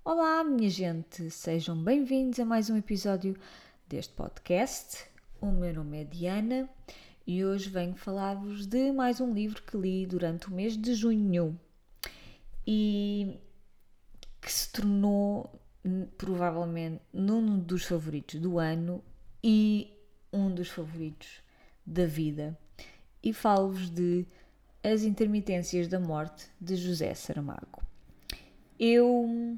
Olá, minha gente, sejam bem-vindos a mais um episódio deste podcast. O meu nome é Diana e hoje venho falar-vos de mais um livro que li durante o mês de junho e que se tornou provavelmente um dos favoritos do ano e um dos favoritos da vida. E falo-vos de As Intermitências da Morte, de José Saramago. Eu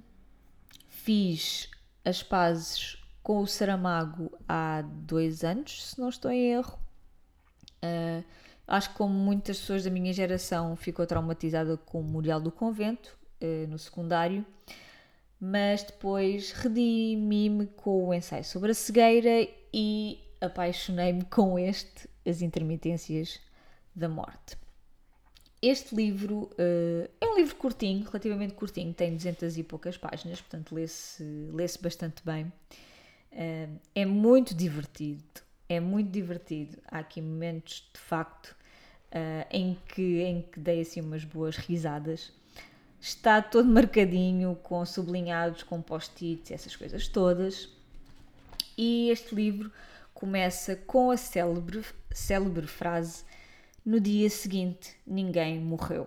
fiz as pazes com o Saramago há 2 anos, se não estou em erro. Acho que, como muitas pessoas da minha geração, ficou traumatizada com o Memorial do Convento, no secundário, mas depois redimi-me com o ensaio sobre a cegueira e apaixonei-me com As Intermitências da Morte. Este livro é um livro curtinho, relativamente curtinho, tem 200 e poucas páginas, portanto lê-se bastante bem. É muito divertido, Há aqui momentos, de facto, em que dei assim umas boas risadas. Está todo marcadinho, com sublinhados, com post-its, essas coisas todas. E este livro começa com a célebre frase: no dia seguinte, ninguém morreu.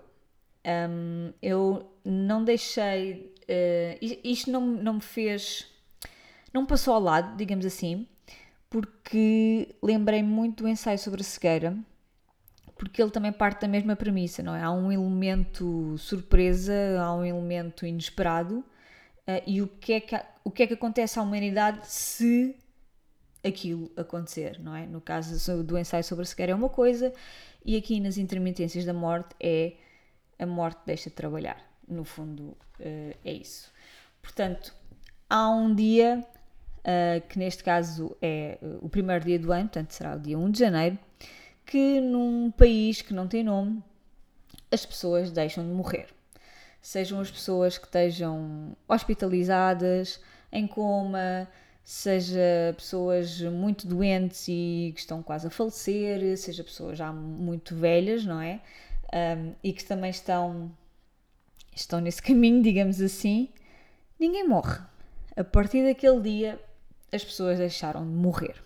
Eu não deixei... isto não me fez... Não me passou ao lado, digamos assim, porque lembrei-me muito do ensaio sobre a cegueira, porque ele também parte da mesma premissa, não é? Há um elemento surpresa, há um elemento inesperado, e o que é que acontece à humanidade se aquilo acontecer, não é? No caso do ensaio sobre a cegueira é uma coisa, e aqui nas Intermitências da Morte é a morte deixa de trabalhar. No fundo, é isso. Portanto, há um dia, que neste caso é o primeiro dia do ano, portanto será o dia 1 de janeiro, que num país que não tem nome, as pessoas deixam de morrer. Sejam as pessoas que estejam hospitalizadas, em coma, seja pessoas muito doentes e que estão quase a falecer, seja pessoas já muito velhas, não é? E que também estão nesse caminho, digamos assim. Ninguém morre. A partir daquele dia, as pessoas deixaram de morrer.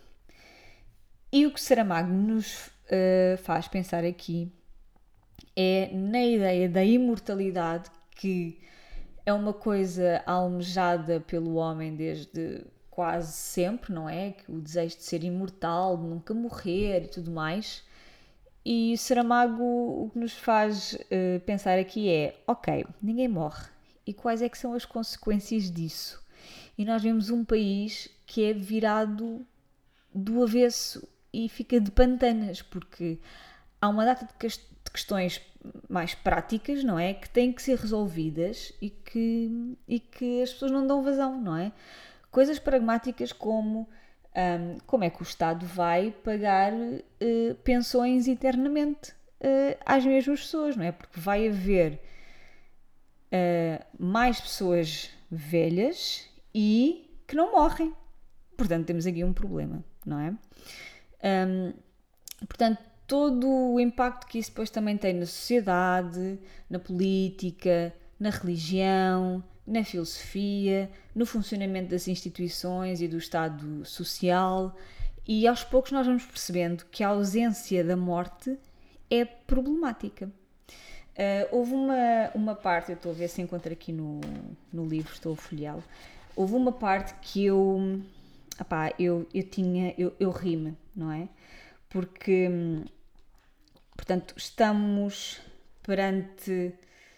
E o que Saramago nos faz pensar aqui é na ideia da imortalidade, que é uma coisa almejada pelo homem desde quase sempre, não é? Que o desejo de ser imortal, de nunca morrer e tudo mais. E o Saramago o que nos faz pensar aqui é: ok, ninguém morre. E quais é que são as consequências disso? E nós vemos um país que é virado do avesso e fica de pantanas, porque há uma data de questões mais práticas, não é? Que têm que ser resolvidas e que as pessoas não dão vazão, não é? Coisas pragmáticas como é que o Estado vai pagar pensões eternamente às mesmas pessoas, não é? Porque vai haver mais pessoas velhas e que não morrem. Portanto, temos aqui um problema, não é? Portanto, todo o impacto que isso depois também tem na sociedade, na política, na religião, na filosofia, no funcionamento das instituições e do Estado social, e aos poucos nós vamos percebendo que a ausência da morte é problemática. Houve uma parte, eu estou a ver se encontro aqui no livro, estou a folheá-lo, houve uma parte que eu ri-me, não é? Porque, portanto, estamos perante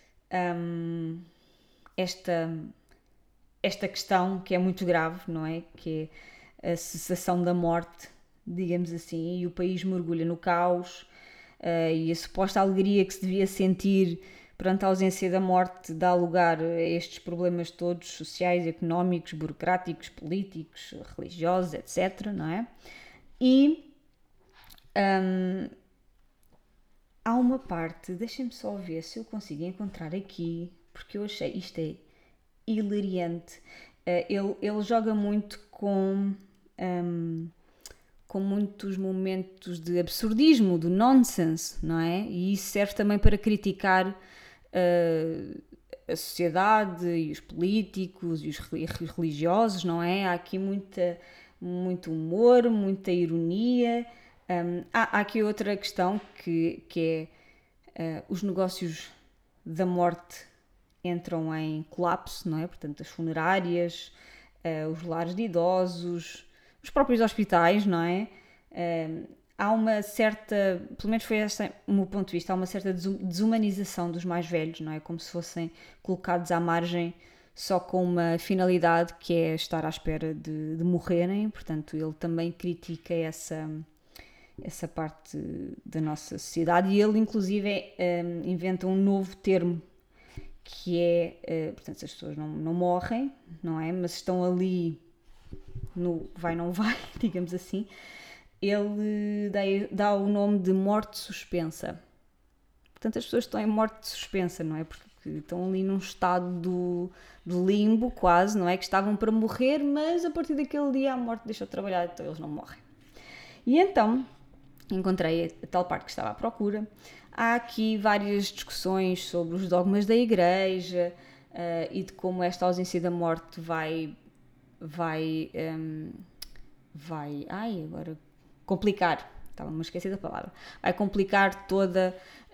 esta questão que é muito grave, não é? Que é a cessação da morte, digamos assim, e o país mergulha no caos, e a suposta alegria que se devia sentir perante a ausência da morte dá lugar a estes problemas todos, sociais, económicos, burocráticos, políticos, religiosos, etc., não é? E há uma parte, deixem-me só ver se eu consigo encontrar aqui, porque eu achei isto é hilariante. Ele joga muito com muitos momentos de absurdismo, de nonsense, não é? E isso serve também para criticar a sociedade e os políticos e os religiosos, não é? Há aqui muito humor, muita ironia. Há aqui outra questão que é os negócios da morte entram em colapso, não é? Portanto, as funerárias, os lares de idosos, os próprios hospitais, não é? Há uma certa, pelo menos foi este o meu ponto de vista, há uma certa desumanização dos mais velhos, não é? Como se fossem colocados à margem só com uma finalidade que é estar à espera de morrerem. Portanto, ele também critica essa parte da nossa sociedade e ele inclusive inventa um novo termo que é, portanto, as pessoas não morrem, não é? Mas estão ali no vai não vai, digamos assim. Ele dá o nome de morte suspensa. Portanto, as pessoas estão em morte suspensa, não é? Porque estão ali num estado de limbo quase, não é? Que estavam para morrer, mas a partir daquele dia a morte deixou de trabalhar, então eles não morrem. E então, encontrei a tal parte que estava à procura. Há aqui várias discussões sobre os dogmas da Igreja e de como esta ausência da morte vai agora complicar, estava-me a esquecer da palavra, vai complicar toda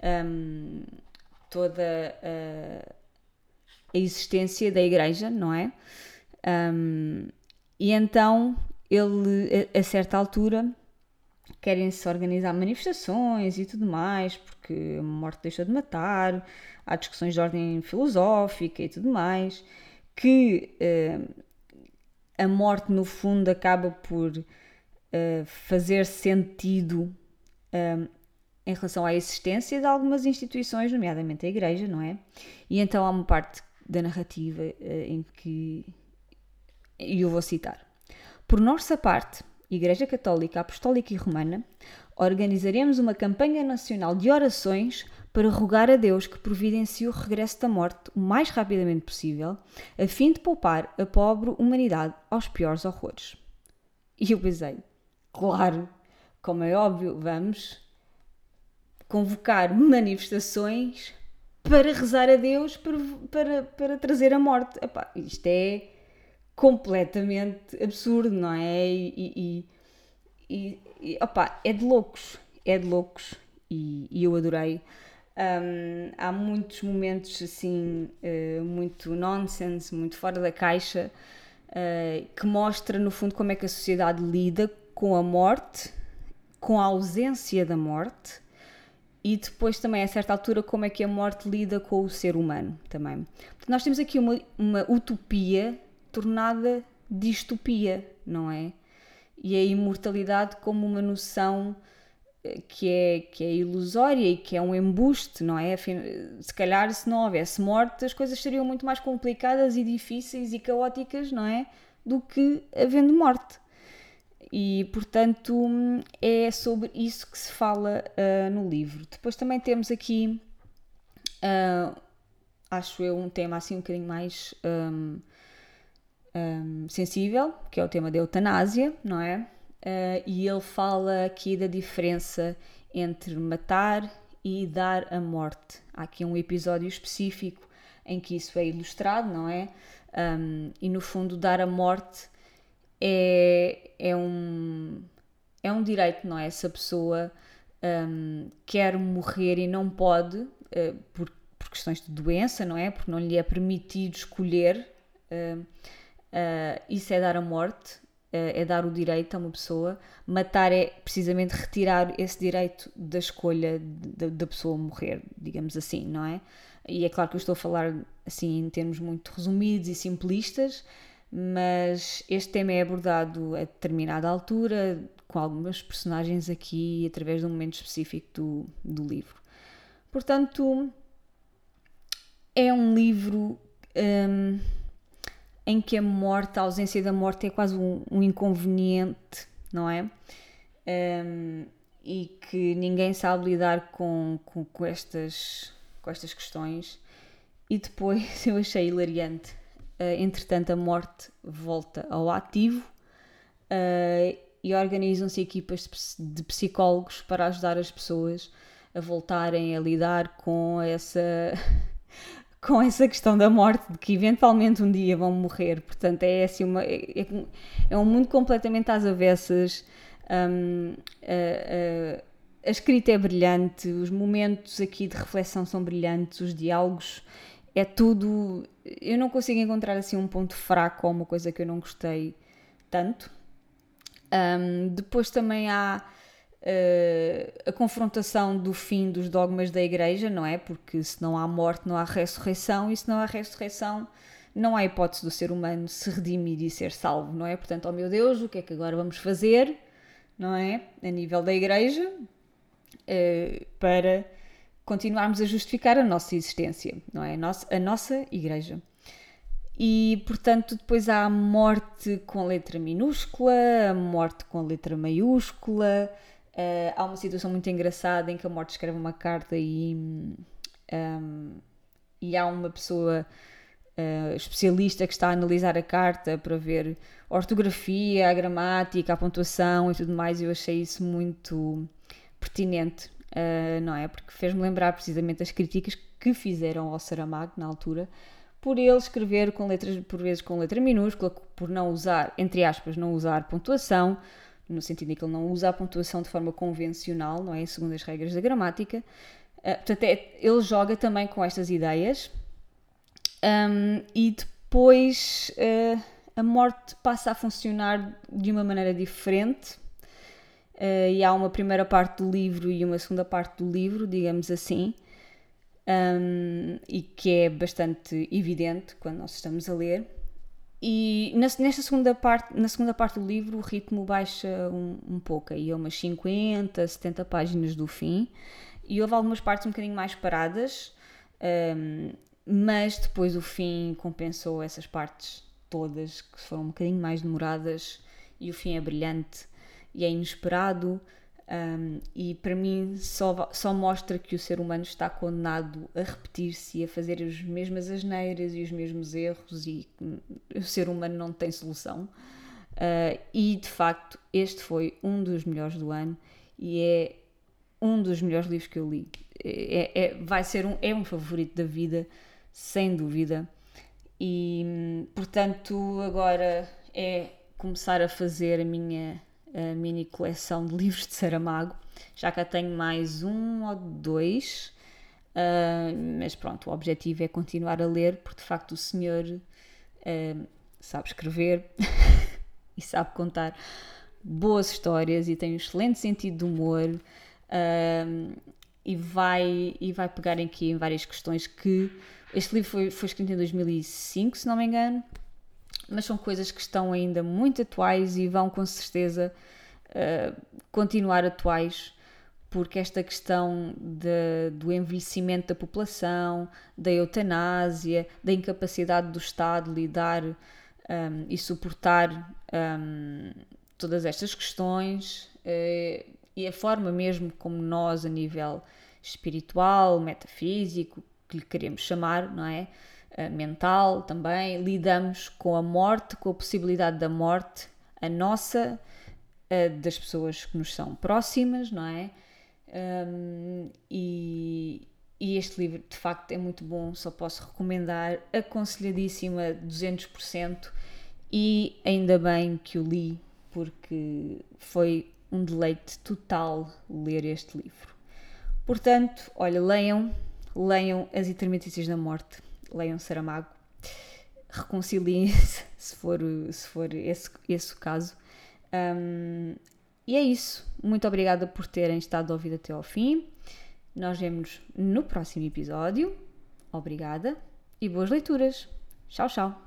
a existência da Igreja, não é? E então ele, a certa altura, querem-se organizar manifestações e tudo mais, porque a morte deixou de matar, há discussões de ordem filosófica e tudo mais, que a morte no fundo acaba por fazer sentido em relação à existência de algumas instituições, nomeadamente a Igreja, não é? E então há uma parte da narrativa em que, e eu vou citar: por nossa parte, Igreja Católica, Apostólica e Romana, organizaremos uma campanha nacional de orações para rogar a Deus que providencie o regresso da morte o mais rapidamente possível, a fim de poupar a pobre humanidade aos piores horrores. E eu pensei, claro, como é óbvio, vamos convocar manifestações para rezar a Deus para trazer a morte. Epá, isto é completamente absurdo, não é? Opá, é de loucos, e eu adorei. Há muitos momentos assim, muito nonsense, muito fora da caixa, que mostra no fundo como é que a sociedade lida com a morte, com a ausência da morte, e depois também a certa altura como é que a morte lida com o ser humano também. Portanto, nós temos aqui uma utopia tornada distopia, não é? E a imortalidade como uma noção que é ilusória e que é um embuste, não é? Se calhar, se não houvesse morte, as coisas seriam muito mais complicadas e difíceis e caóticas, não é? Do que havendo morte. E, portanto, é sobre isso que se fala no livro. Depois também temos aqui, acho eu, um tema assim um bocadinho mais sensível, que é o tema da eutanásia, não é? E ele fala aqui da diferença entre matar e dar a morte. Há aqui um episódio específico em que isso é ilustrado, não é? E no fundo dar a morte é um direito, não é? Se a pessoa quer morrer e não pode, por questões de doença, não é? Porque não lhe é permitido escolher, isso é dar a morte, é dar o direito a uma pessoa. Matar é precisamente retirar esse direito da escolha da pessoa morrer, digamos assim, não é? E é claro que eu estou a falar assim em termos muito resumidos e simplistas, mas este tema é abordado a determinada altura, com algumas personagens aqui, através de um momento específico do livro. Portanto, é um livro em que a morte, a ausência da morte é quase um inconveniente, não é? E que ninguém sabe lidar com estas questões. E depois eu achei hilariante. Entretanto, a morte volta ao ativo e organizam-se equipas de psicólogos para ajudar as pessoas a voltarem a lidar com com essa questão da morte, de que eventualmente um dia vão morrer. Portanto, é assim é um mundo completamente às avessas. A escrita é brilhante, os momentos aqui de reflexão são brilhantes, os diálogos, é tudo. Eu não consigo encontrar assim um ponto fraco ou uma coisa que eu não gostei tanto. Depois também há a confrontação do fim dos dogmas da Igreja, não é? Porque se não há morte, não há ressurreição, e se não há ressurreição, não há hipótese do ser humano se redimir e ser salvo, não é? Portanto, oh meu Deus, o que é que agora vamos fazer, não é? A nível da Igreja, para continuarmos a justificar a nossa existência, não é? A nossa Igreja. E, portanto, depois há a morte com letra minúscula, a morte com letra maiúscula. Há uma situação muito engraçada em que a morte escreve uma carta e há uma pessoa especialista que está a analisar a carta para ver a ortografia, a gramática, a pontuação e tudo mais. Eu achei isso muito pertinente, não é? Porque fez-me lembrar precisamente as críticas que fizeram ao Saramago na altura, por ele escrever com letras, por vezes com letra minúscula, por não usar, entre aspas, não usar pontuação, no sentido de que ele não usa a pontuação de forma convencional, não é? Segundo as regras da gramática. Portanto, ele joga também com estas ideias. E depois a morte passa a funcionar de uma maneira diferente. E há uma primeira parte do livro e uma segunda parte do livro, digamos assim. E que é bastante evidente quando nós estamos a ler. E na segunda parte do livro o ritmo baixa um pouco, aí é umas 50, 70 páginas do fim, e houve algumas partes um bocadinho mais paradas, mas depois o fim compensou essas partes todas que foram um bocadinho mais demoradas, e o fim é brilhante e é inesperado. E para mim só mostra que o ser humano está condenado a repetir-se e a fazer as mesmas asneiras e os mesmos erros, e o ser humano não tem solução. E de facto este foi um dos melhores do ano e é um dos melhores livros que eu li. É um favorito da vida, sem dúvida. E portanto agora é começar a fazer a minha mini coleção de livros de Saramago. Já cá tenho mais um ou dois, mas pronto, o objetivo é continuar a ler, porque de facto o senhor sabe escrever e sabe contar boas histórias e tem um excelente sentido de humor, e vai pegar aqui em várias questões que este livro foi escrito em 2005, se não me engano, mas são coisas que estão ainda muito atuais e vão com certeza continuar atuais, porque esta questão do envelhecimento da população, da eutanásia, da incapacidade do Estado de lidar e suportar todas estas questões, e a forma mesmo como nós, a nível espiritual, metafísico, que lhe queremos chamar, não é? Mental também, lidamos com a morte, com a possibilidade da morte, a nossa, das pessoas que nos são próximas, não é? E este livro de facto é muito bom, só posso recomendar, aconselhadíssima 200%, e ainda bem que o li, porque foi um deleite total ler este livro. Portanto, olha, leiam As Intermitências da Morte, leiam Saramago, reconciliem-se se for esse o caso. E é isso. Muito obrigada por terem estado a ouvir até ao fim. Nós vemos no próximo episódio. Obrigada e boas leituras. Tchau, tchau.